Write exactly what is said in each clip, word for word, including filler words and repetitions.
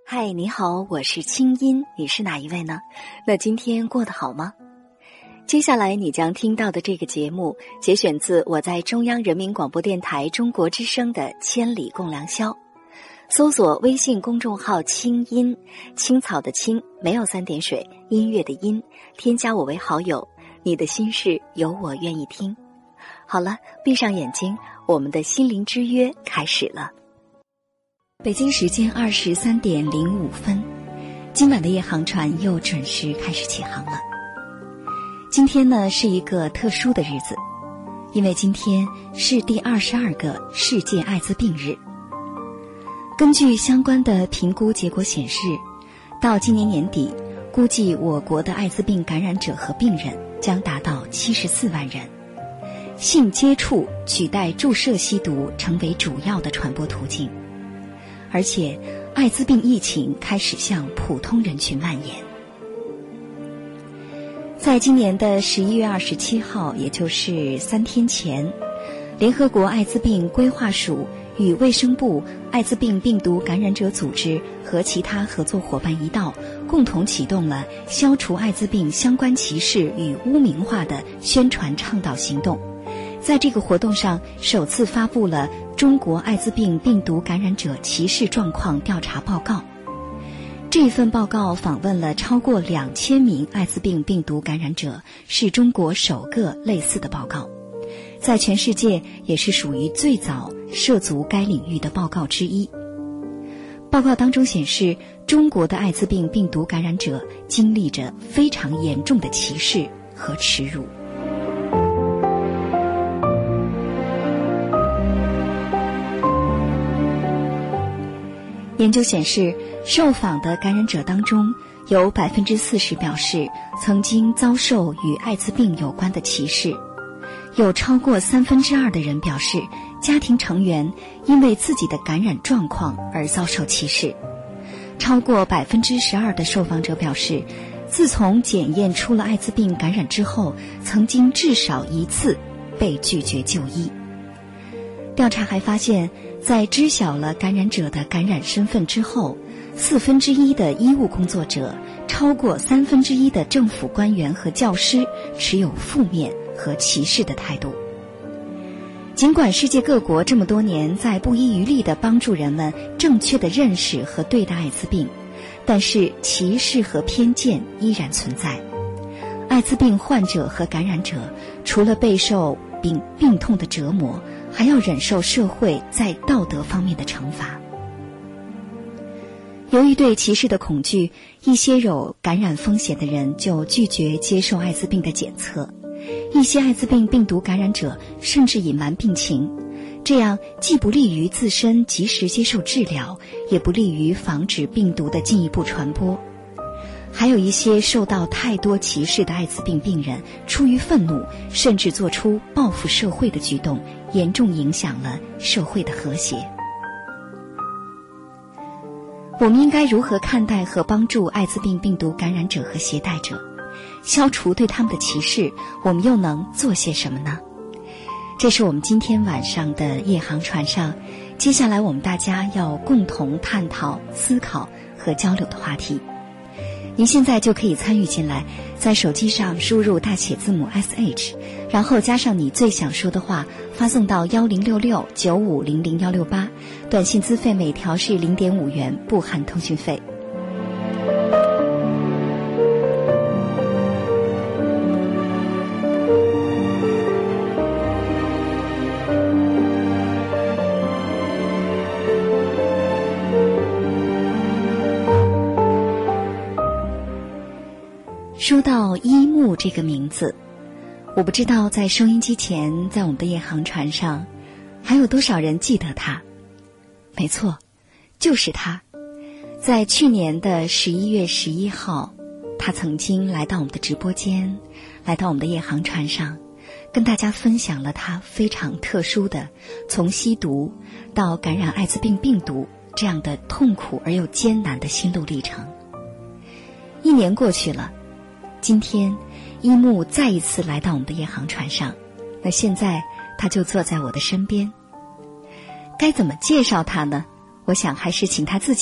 嗨，你好，我是清音，你是哪一位呢？那今天过得好吗？接下来你将听到的这个节目节选自我在中央人民广播电台中国之声的《千里共良宵》，搜索微信公众号清音，青草的青，没有三点水，音乐的音，添加我为好友，你的心事有我愿意听。好了，闭上眼睛，我们的心灵之约开始了。北京时间二十三点零五分，今晚的夜航船又准时开始起航了。今天呢是一个特殊的日子，因为今天是第二十二个世界艾滋病日。根据相关的评估结果显示，到今年年底，估计我国的艾滋病感染者和病人将达到七十四万人。性接触取代注射吸毒成为主要的传播途径。而且艾滋病疫情开始向普通人群蔓延。在今年的十一月二十七号，也就是三天前，联合国艾滋病规划署与卫生部艾滋病病毒感染者组织和其他合作伙伴一道，共同启动了消除艾滋病相关歧视与污名化的宣传倡导行动。在这个活动上，首次发布了中国艾滋病病毒感染者歧视状况调查报告。这份报告访问了超过两千名艾滋病病毒感染者，是中国首个类似的报告，在全世界也是属于最早涉足该领域的报告之一。报告当中显示，中国的艾滋病病毒感染者经历着非常严重的歧视和耻辱。研究显示，受访的感染者当中，有 百分之四十 表示曾经遭受与艾滋病有关的歧视，有超过三分之二的人表示家庭成员因为自己的感染状况而遭受歧视，超过 百分之十二 的受访者表示自从检验出了艾滋病感染之后，曾经至少一次被拒绝就医。调查还发现，在知晓了感染者的感染身份之后，四分之一的医务工作者，超过三分之一的政府官员和教师持有负面和歧视的态度。尽管世界各国这么多年在不遗余力地帮助人们正确地认识和对待艾滋病，但是歧视和偏见依然存在。艾滋病患者和感染者除了备受病病痛的折磨，还要忍受社会在道德方面的惩罚。由于对歧视的恐惧，一些有感染风险的人就拒绝接受艾滋病的检测，一些艾滋病病毒感染者甚至隐瞒病情，这样既不利于自身及时接受治疗，也不利于防止病毒的进一步传播。还有一些受到太多歧视的艾滋病病人出于愤怒，甚至做出报复社会的举动，严重影响了社会的和谐。我们应该如何看待和帮助艾滋病病毒感染者和携带者？消除对他们的歧视，我们又能做些什么呢？这是我们今天晚上的夜航船上，接下来我们大家要共同探讨、思考和交流的话题。您现在就可以参与进来，在手机上输入大写字母 S H， 然后加上你最想说的话，发送到一零六六九五零零一六八，短信资费每条是 零点五元，不含通讯费。说到一木这个名字，我不知道在收音机前，在我们的夜航船上，还有多少人记得他？没错，就是他。在去年的十一月十一号，他曾经来到我们的直播间，来到我们的夜航船上，跟大家分享了他非常特殊的从吸毒到感染艾滋病病毒这样的痛苦而又艰难的心路历程。一年过去了，今天一木再一次来到我们的夜航船上，那现在他就坐在我的身边。该怎么介绍他呢？我想还是请他自己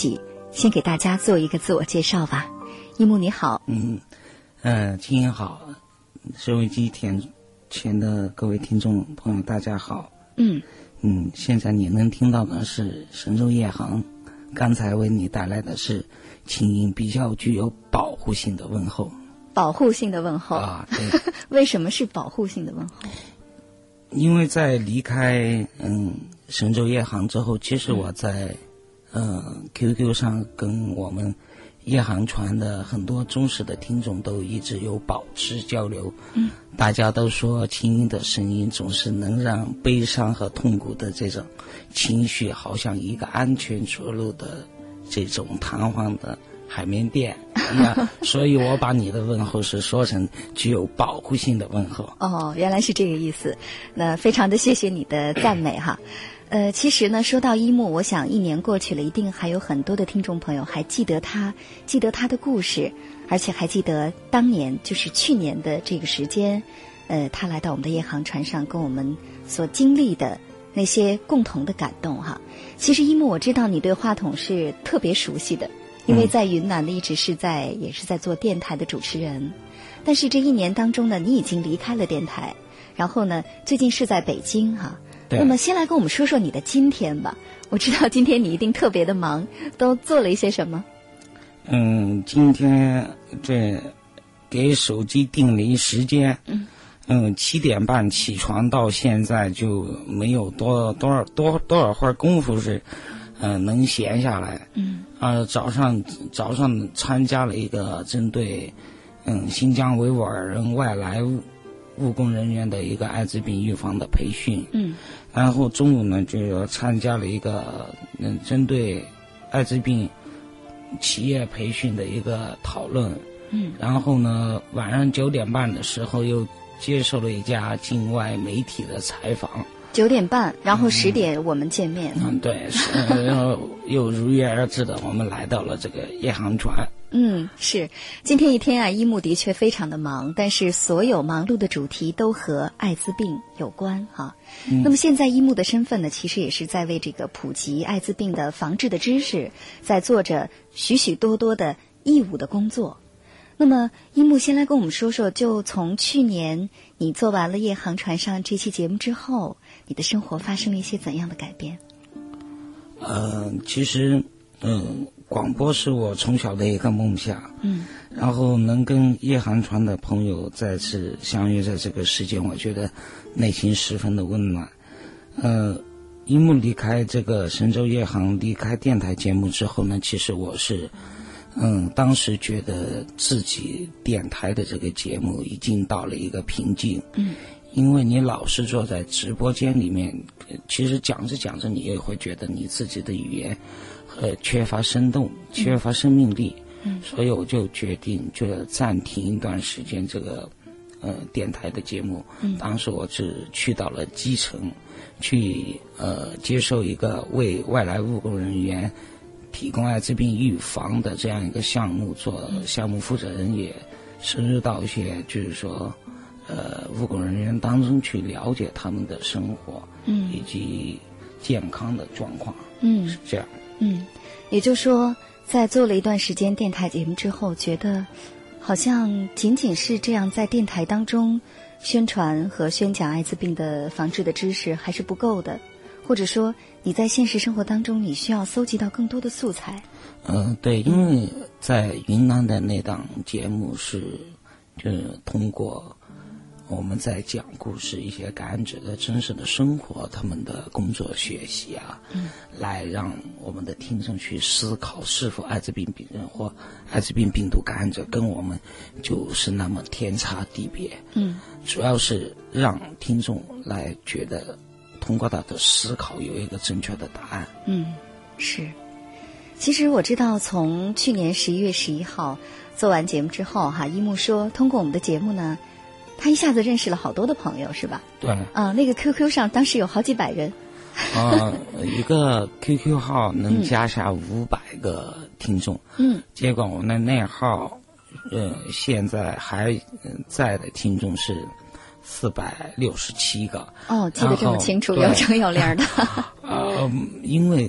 先给大家做一个自我介绍吧。一木你好。 嗯，呃，青音好，收音机前前的各位听众朋友大家好。 嗯嗯，现在你能听到的是神州夜航，刚才为你带来的是青音比较具有保护性的问候。 保护性的问候啊，对。 为什么是保护性的问候？ 因为在离开嗯神州夜航之后，其实我在、嗯、呃 Q Q 上跟我们夜航船的很多忠实的听众都一直有保持交流。 嗯， 大家都说青音的声音总是能让悲伤和痛苦的这种情绪好像一个安全着陆的这种弹簧的海绵垫一样，所以我把你的问候是说成具有保护性的问候。 哦，原来是这个意思。那非常的谢谢你的赞美哈。呃，其实呢，说到一木，我想一年过去了，一定还有很多的听众朋友还记得他，记得他的故事，而且还记得当年，就是去年的这个时间，呃，他来到我们的夜航船上，跟我们所经历的那些共同的感动哈。其实一木，我知道你对话筒是特别熟悉的，因为在云南呢，一直是在也是在做电台的主持人，但是这一年当中呢，你已经离开了电台，然后呢，最近是在北京哈。那么先来跟我们说说你的今天吧。我知道今天你一定特别的忙，都做了一些什么？ 嗯，今天这给手机定了一时间，嗯嗯，七点半起床到现在就没有多多少多多少会儿功夫是，嗯、呃，能闲下来。 嗯， 啊、呃，早上早上参加了一个针对嗯新疆维吾尔人外来务务工人员的一个艾滋病预防的培训。 嗯。 然后中午呢，就参加了一个嗯针对艾滋病企业培训的一个讨论。 嗯。 然后呢，晚上九点半的时候又接受了一家境外媒体的采访。 九点半，然后十点我们见面。 嗯，嗯对，然后又如约而至的，我们来到了这个夜航船。 嗯，是，今天一天啊，一木的确非常的忙，但是所有忙碌的主题都和艾滋病有关哈。嗯、那么现在一木的身份呢，其实也是在为这个普及艾滋病的防治的知识，在做着许许多多的义务的工作。那么一木先来跟我们说说，就从去年你做完了夜航船上这期节目之后，你的生活发生了一些怎样的改变？ 呃，其实嗯。广播是我从小的一个梦想， 嗯， 然后能跟夜航船的朋友再次相约在这个时间，我觉得内心十分的温暖。呃，一木离开这个神州夜航，离开电台节目之后呢，其实我是，嗯，当时觉得自己电台的这个节目已经到了一个瓶颈， 嗯， 因为你老是坐在直播间里面，其实讲着讲着，你也会觉得你自己的语言。呃，缺乏生动，缺乏生命力，嗯，所以我就决定就暂停一段时间这个呃电台的节目。嗯，当时我是去到了基层，去呃接受一个为外来务工人员提供艾滋病预防的这样一个项目，做项目负责人，也深入到一些就是说呃务工人员当中去了解他们的生活，嗯，以及健康的状况， 嗯， 是这样。 嗯，也就是说，在做了一段时间电台节目之后，觉得好像仅仅是这样在电台当中宣传和宣讲艾滋病的防治的知识还是不够的，或者说你在现实生活当中你需要搜集到更多的素材。 嗯、呃，对，因为在云南的那档节目是就是通过我们在讲故事，一些感染者的真实的生活，他们的工作学习啊，嗯，来让我们的听众去思考，是否艾滋病病人或艾滋病病毒感染者跟我们就是那么天差地别。嗯，主要是让听众来觉得通过他的思考有一个正确的答案。 嗯，是。其实我知道，从去年十一月十一号做完节目之后，哈，一木说通过我们的节目呢。他一下子认识了好多的朋友，是吧？ 对。 啊，那个 Q Q 上当时有好几百人。 啊、呃，一个 Q Q 号能加下五百个听众。嗯。结果我那那号，呃，现在还在的听众是四百六十七个。 哦，记得这么清楚，有整有零的。 呃，因为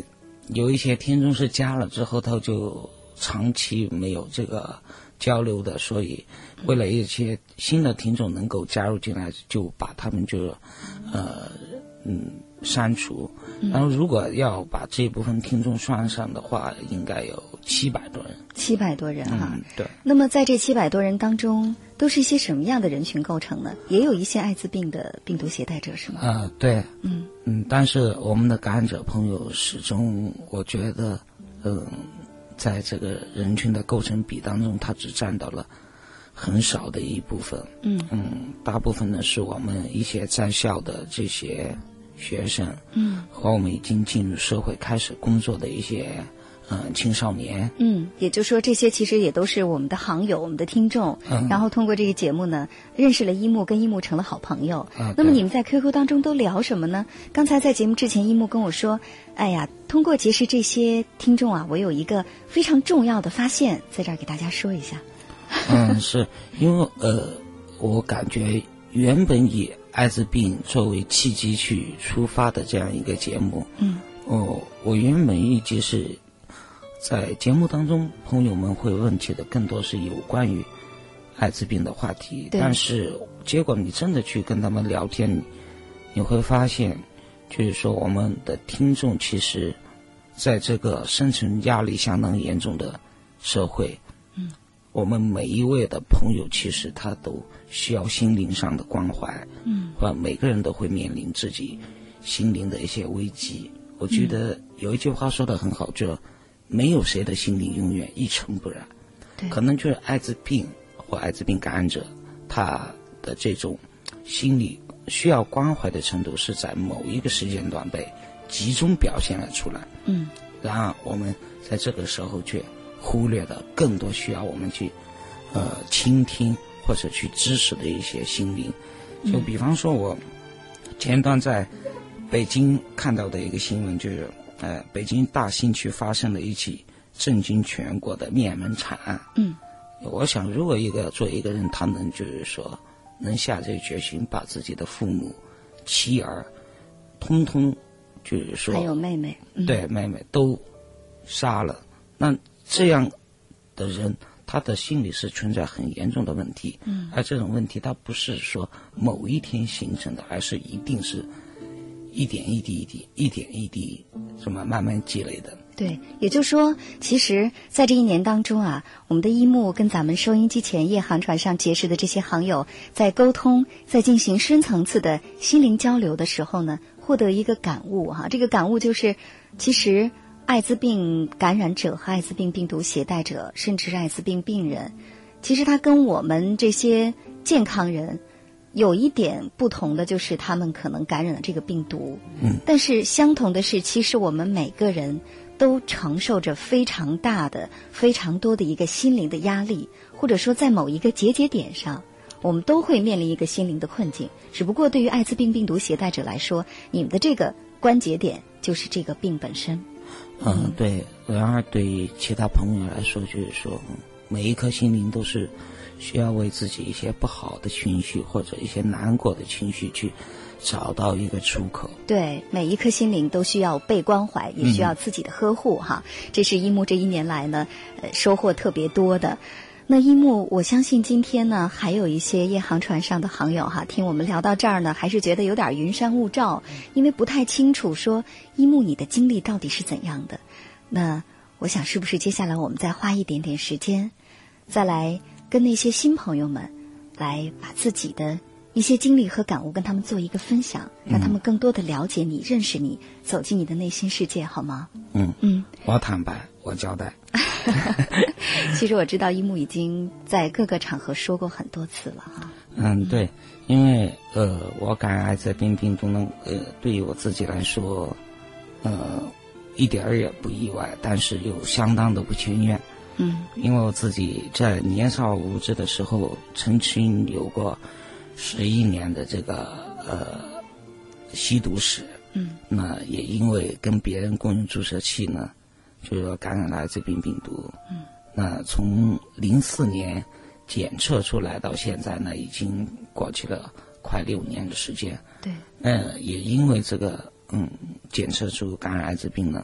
有一些听众是加了之后，他就长期没有这个交流的，所以为了一些新的听众能够加入进来，就把他们就呃嗯删除。然后如果要把这部分听众算上的话，应该有七百多人。 七百多人哈、 嗯，对。 那么在这七百多人当中，都是一些什么样的人群构成呢？也有一些艾滋病的病毒携带者是吗？ 啊、呃，对， 嗯嗯，但是我们的感染者朋友始终，我觉得，嗯、呃，在这个人群的构成比当中，他只占到了很少的一部分。 嗯嗯，大部分呢是我们一些在校的这些学生， 嗯， 和我们已经进入社会开始工作的一些嗯、呃、青少年。 嗯，也就是说这些其实也都是我们的行友，我们的听众、 嗯、 然后通过这个节目呢认识了一木，跟一木成了好朋友、 啊、 那么你们在 Q Q 当中都聊什么呢？刚才在节目之前一木跟我说，哎呀，通过结识这些听众啊，我有一个非常重要的发现，在这儿给大家说一下。 嗯，是因为呃我感觉原本以艾滋病作为契机去出发的这样一个节目， 嗯， 哦，我原本预计是在节目当中，朋友们会问起的更多是有关于艾滋病的话题，但是结果你真的去跟他们聊天，你你会发现，就是说我们的听众其实在这个生存压力相当严重的社会， 嗯， 我们每一位的朋友其实他都需要心灵上的关怀， 嗯， 或每个人都会面临自己心灵的一些危机。我觉得有一句话说得很好，就没有谁的心灵永远一尘不染。 对， 可能就是艾滋病或艾滋病感染者，他的这种心理需要关怀的程度是在某一个时间段被集中表现了出来。 嗯， 然而我们在这个时候却忽略了更多需要我们去呃倾听或者去支持的一些心灵。就比方说我前段在北京看到的一个新闻，就是呃北京大兴区发生了一起震惊全国的灭门惨案。 嗯， 我想如果一个做一个人，他能就是说能下这个决心，把自己的父母妻儿通通就是说还有妹妹、嗯、 对妹妹都杀了，那这样的人他的心理是存在很严重的问题。 嗯， 而这种问题它不是说某一天形成的，而是一定是一点一滴一滴一点一滴这么慢慢积累的。 对，也就是说，其实在这一年当中啊，我们的一木跟咱们收音机前夜航船上结识的这些行友在沟通，在进行深层次的心灵交流的时候呢，获得一个感悟哈、啊，这个感悟就是其实艾滋病感染者和艾滋病病毒携带者，甚至是艾滋病病人，其实他跟我们这些健康人有一点不同的，就是他们可能感染了这个病毒， 嗯， 但是相同的是，其实我们每个人都承受着非常大的、非常多的一个心灵的压力，或者说在某一个节节点上，我们都会面临一个心灵的困境。只不过对于艾滋病病毒携带者来说，你们的这个关节点就是这个病本身。 嗯，对。然而对于其他朋友来说，就是说每一颗心灵都是需要为自己一些不好的情绪或者一些难过的情绪去找到一个出口。 对，每一颗心灵都需要被关怀，也需要自己的呵护、嗯、哈。这是一木这一年来呢，呃，收获特别多的。那一木，我相信今天呢，还有一些夜航船上的航友哈，听我们聊到这儿呢，还是觉得有点云山雾罩，因为不太清楚说一木你的经历到底是怎样的。那我想是不是接下来我们再花一点点时间，再来跟那些新朋友们来把自己的一些经历和感悟跟他们做一个分享，让他们更多的了解你、认识你，走进你的内心世界，好吗？ 嗯嗯， 我坦白，我交代。 其实我知道一木已经在各个场合说过很多次了哈。 嗯，对，因为呃，我感染艾滋病病毒呢，呃，对于我自己来说，呃，一点儿也不意外，但是又相当的不情愿。 嗯， 因为我自己在年少无知的时候，曾经有过十一年的这个呃吸毒史。 嗯， 那也因为跟别人共用注射器呢，就是说感染了艾滋病病毒。 嗯， 那从零四年检测出来到现在呢，已经过去了快六年的时间。 对。 呃，也因为这个嗯检测出感染艾滋病呢，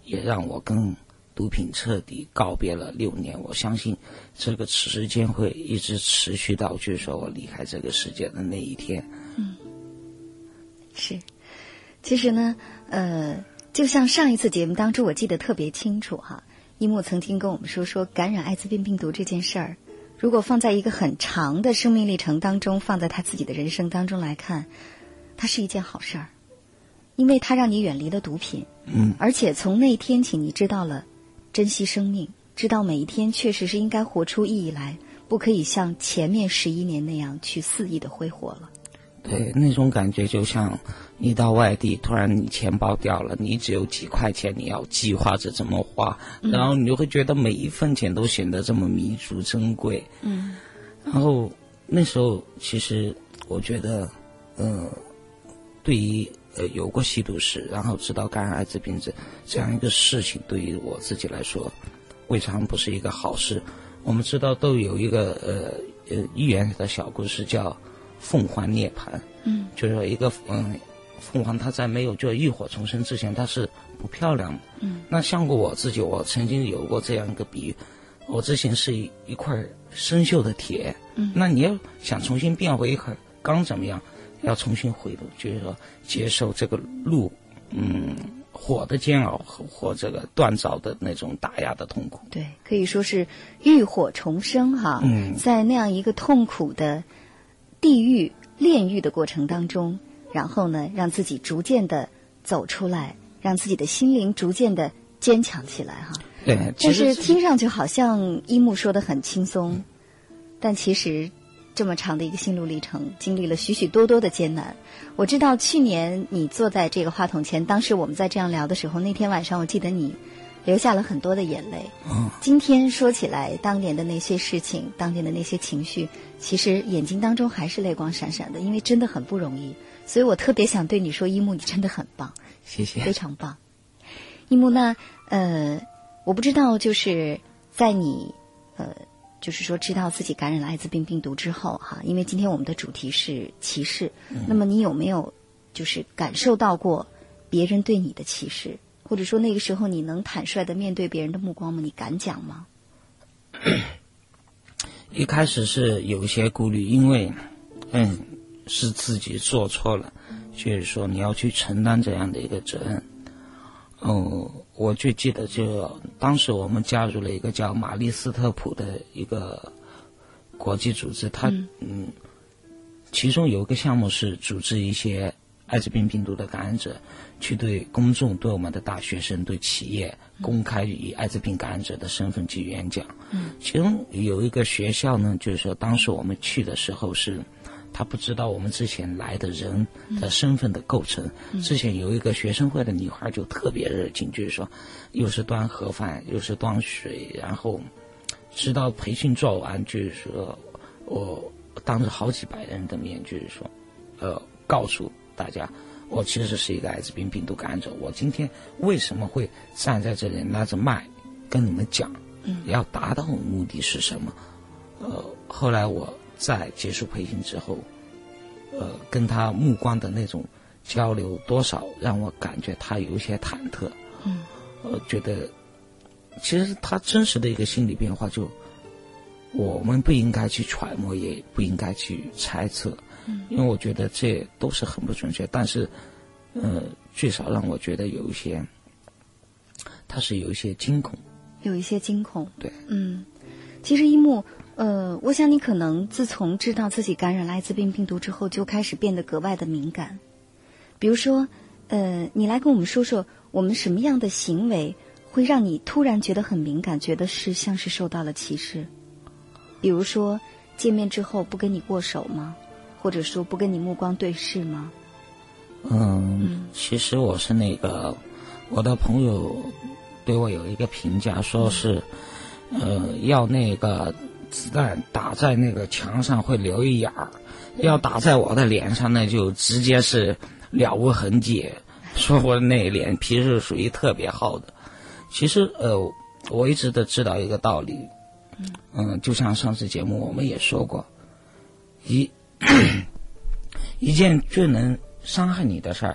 也让我跟毒品彻底告别了六年。我相信这个时间会一直持续到就是说我离开这个世界的那一天。 嗯，是。其实呢，呃，就像上一次节目当中，我记得特别清楚哈，一木曾经跟我们说说感染艾滋病病毒这件事儿，如果放在一个很长的生命历程当中，放在他自己的人生当中来看，它是一件好事儿，因为它让你远离了毒品， 嗯， 而且从那天起，你知道了珍惜生命，知道每一天确实是应该活出意义来，不可以像前面十一年那样去肆意的挥霍了。 对，那种感觉就像你到外地，突然你钱包掉了，你只有几块钱，你要计划着怎么花，嗯、然后你就会觉得每一分钱都显得这么弥足珍贵。 嗯， 然后那时候其实我觉得，呃，对于呃有过吸毒史，然后知道感染艾滋病这这样一个事情，对于我自己来说，未尝不是一个好事。我们知道都有一个呃呃寓言的小故事叫凤凰涅槃， 嗯， 就是说一个嗯，凤凰它在没有就浴火重生之前，它是不漂亮的。 嗯， 那像过我自己，我曾经有过这样一个比喻，我之前是一一块生锈的铁， 嗯， 那你要想重新变回一块钢怎么样？要重新回路，就是说接受这个路，嗯，火的煎熬和或这个锻造的那种打压的痛苦。 对，可以说是浴火重生哈。 嗯， 在那样一个痛苦的地狱炼狱的过程当中，然后呢，让自己逐渐的走出来，让自己的心灵逐渐的坚强起来哈。 对， 但是听上去好像一木说的很轻松，嗯、但其实这么长的一个心路历程，经历了许许多多的艰难。我知道去年你坐在这个话筒前，当时我们在这样聊的时候，那天晚上我记得你流下了很多的眼泪。 嗯， 今天说起来，当年的那些事情，当年的那些情绪，其实眼睛当中还是泪光闪闪的，因为真的很不容易。所以我特别想对你说，一木，你真的很棒， 谢谢， 非常棒。一木呢，呃，我不知道，就是在你呃，就是说知道自己感染了艾滋病病毒之后哈，因为今天我们的主题是歧视，嗯、那么你有没有就是感受到过别人对你的歧视？或者说那个时候你能坦率的面对别人的目光吗？你敢讲吗？ 一开始是有一些顾虑，因为嗯是自己做错了，就是说你要去承担这样的一个责任。哦，我就记得就当时我们加入了一个叫玛丽斯特普的一个国际组织，它 嗯, 嗯其中有一个项目是组织一些艾滋病病毒的感染者去对公众、对我们的大学生、对企业公开以艾滋病感染者的身份去演讲。 嗯， 其中有一个学校呢，就是说当时我们去的时候是他不知道我们之前来的人的身份的构成。嗯、之前有一个学生会的女孩就特别热情，就是说又是端盒饭又是端水，然后直到培训做完，就是说我当着好几百人的面，就是说呃告诉大家，我其实是一个艾滋病病毒感染者。我今天为什么会站在这里拿着麦跟你们讲？嗯，要达到目的是什么？呃，后来我在结束培训之后，呃，跟他目光的那种交流，多少让我感觉他有一些忐忑。 嗯， 呃，觉得其实他真实的一个心理变化就，我们不应该去揣摩，也不应该去猜测。 嗯， 因为我觉得这都是很不准确，但是，呃，最少让我觉得有一些，他是有一些惊恐， 有一些惊恐。 对， 嗯，其实一木，呃，我想你可能自从知道自己感染了艾滋病病毒之后，就开始变得格外的敏感。比如说，呃，你来跟我们说说，我们什么样的行为会让你突然觉得很敏感，觉得是像是受到了歧视？比如说，见面之后不跟你握手吗？或者说不跟你目光对视吗？ 嗯，嗯其实我是那个，我的朋友对我有一个评价，说是，嗯、呃，要那个子弹打在那个墙上会留一眼儿，要打在我的脸上那就直接是了无痕迹。说我那脸皮是属于特别厚的。其实呃，我一直都知道一个道理，嗯、呃，就像上次节目我们也说过，一。一件最能伤害你的事儿，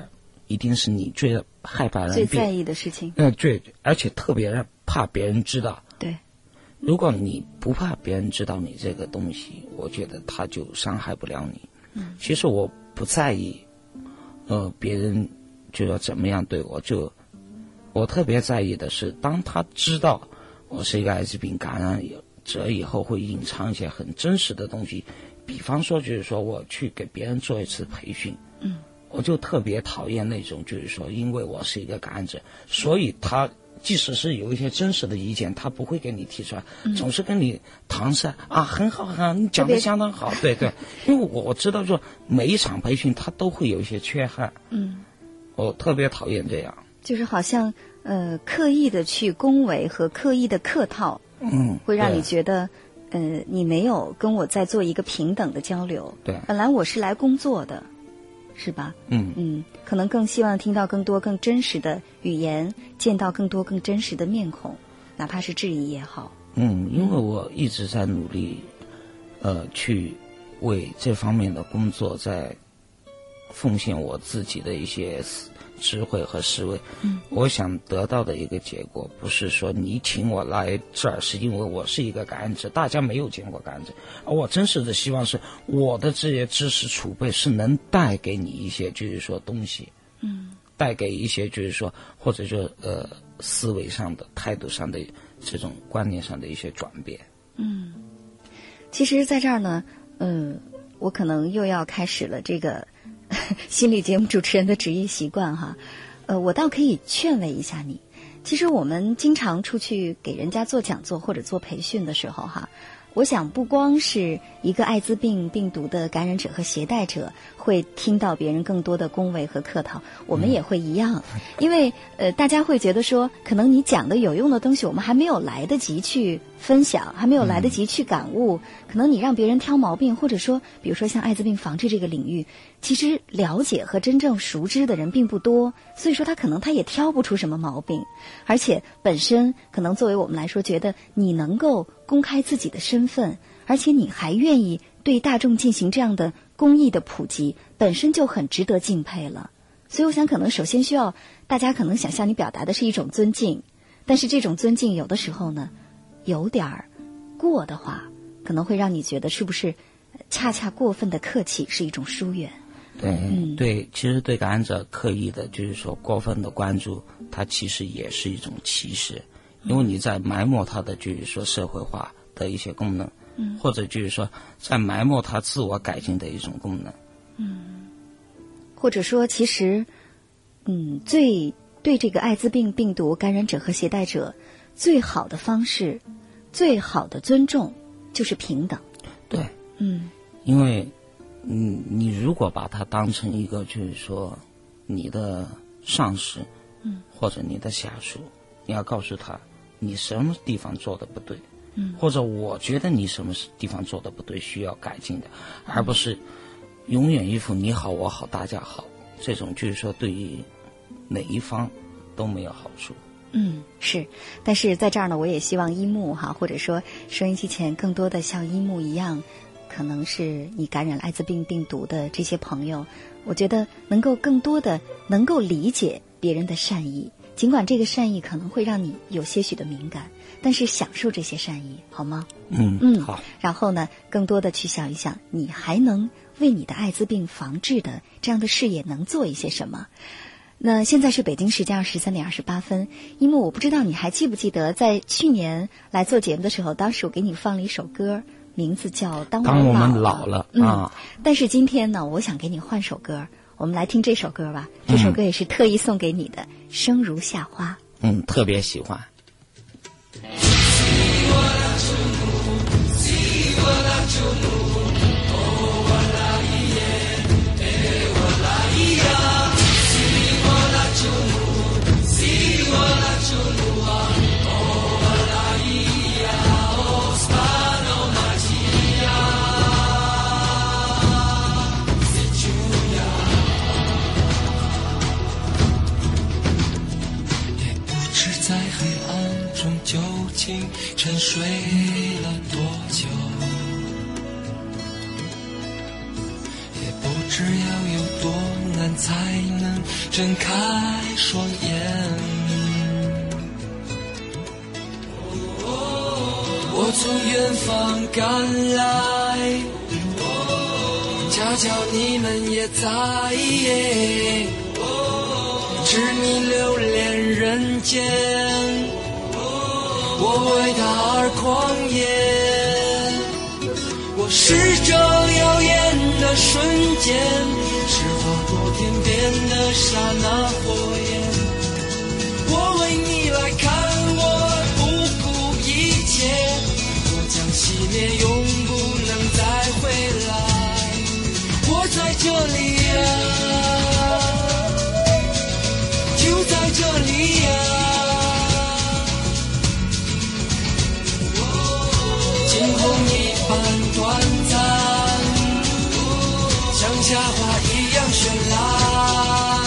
一定是你最害怕人最在意的事情。 呃，最而且特别怕别人知道。 对， 如果你不怕别人知道你这个东西，我觉得他就伤害不了你。嗯，其实我不在意，呃，别人就要怎么样对我，就我特别在意的是，当他知道我是一个艾滋病感染者以后，会隐藏一些很真实的东西。比方说，就是说我去给别人做一次培训，嗯，我就特别讨厌那种，就是说，因为我是一个感染者，所以他即使是有一些真实的意见，他不会给你提出来，嗯、总是跟你搪塞啊，很好很好，你讲的相当好，对对，因为我我知道说每一场培训他都会有一些缺憾，嗯，我特别讨厌这样， 就是好像呃刻意的去恭维和刻意的客套，嗯，会让你觉得。呃，你没有跟我在做一个平等的交流。 对， 本来我是来工作的，是吧？ 嗯嗯，可能更希望听到更多更真实的语言，见到更多更真实的面孔，哪怕是质疑也好。 嗯，因为我一直在努力，呃，去为这方面的工作在奉献我自己的一些智慧和思维，嗯，我想得到的一个结果，不是说你请我来这儿是因为我是一个感染者，大家没有见过感染者，而我真实的希望是我的这些知识储备是能带给你一些就是说东西，嗯，带给一些就是说或者说呃思维上的态度上的这种观念上的一些转变。 嗯，其实在这儿呢，嗯，我可能又要开始了这个心理节目主持人的职业习惯哈，呃，我倒可以劝慰一下你。其实我们经常出去给人家做讲座或者做培训的时候哈，我想不光是一个艾滋病病毒的感染者和携带者会听到别人更多的恭维和客套，我们也会一样，因为呃，大家会觉得说，可能你讲的有用的东西，我们还没有来得及去分享，还没有来得及去感悟，可能你让别人挑毛病，或者说，比如说像艾滋病防治这个领域，其实了解和真正熟知的人并不多，所以说他可能他也挑不出什么毛病，而且本身可能作为我们来说，觉得你能够公开自己的身份，而且你还愿意对大众进行这样的公益的普及，本身就很值得敬佩了。所以我想可能首先需要大家可能想向你表达的是一种尊敬，但是这种尊敬有的时候呢有点儿过的话，可能会让你觉得是不是恰恰过分的客气是一种疏远。 对、嗯、对，其实对感染者刻意的就是说过分的关注，它其实也是一种歧视，因为你在埋没他的就是说社会化的一些功能，嗯，或者就是说在埋没他自我改进的一种功能， 嗯，或者说其实嗯，最对这个艾滋病病毒感染者和携带者最好的方式，最好的尊重就是平等。 对， 嗯， 因为嗯，你如果把它当成一个就是说你的上司，嗯，或者你的下属，你要告诉他你什么地方做的不对，嗯，或者我觉得你什么地方做的不对需要改进的，而不是永远一副你好我好大家好，这种就是说对于哪一方都没有好处。 嗯，是，但是在这儿呢，我也希望一木哈，或者说收音机前更多的像一木一样，可能是你感染艾滋病病毒的这些朋友，我觉得能够更多的能够理解别人的善意，尽管这个善意可能会让你有些许的敏感，但是享受这些善意，好吗？ 嗯嗯， 好。 然后呢，更多的去想一想，你还能为你的艾滋病防治的这样的事业能做一些什么？那现在是北京时间二十三点二十八分，因为我不知道你还记不记得，在去年来做节目的时候，当时我给你放了一首歌，名字叫《当我老了》。 当我们老了、 嗯、 啊！ 但是今天呢，我想给你换首歌，我们来听这首歌吧。这首歌也是特意送给你的，嗯《生如夏花》。 嗯，特别喜欢。 究竟沉睡了多久，也不知要有多难才能睁开双眼。我从远方赶来，恰巧你们也在，知你留恋人间，我为他而狂野。我是这耀眼的瞬间，是划过天边的刹那火焰。我为你来看，我不顾一切，我将熄灭，永不能再回来。我在这里呀，就在这里呀，惊鸿一般短暂，像夏花一样绚烂。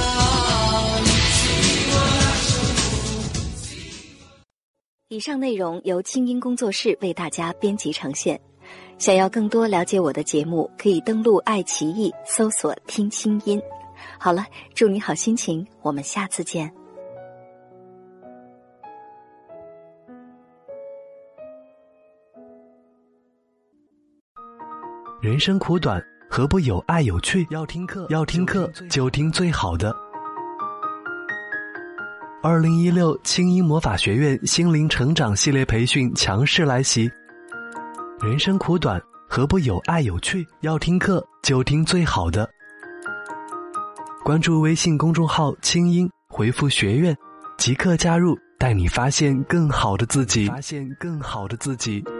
以上内容由清音工作室为大家编辑呈现。想要更多了解我的节目，可以登录爱奇艺搜索听清音。好了，祝你好心情，我们下次见。 人生苦短，何不有爱有趣？要听课，要听课就听最好的。二零一六清音魔法学院心灵成长系列培训强势来袭。人生苦短，何不有爱有趣？要听课就听最好的。关注微信公众号清音，回复学院即刻加入，带你发现更好的自己，发现更好的自己。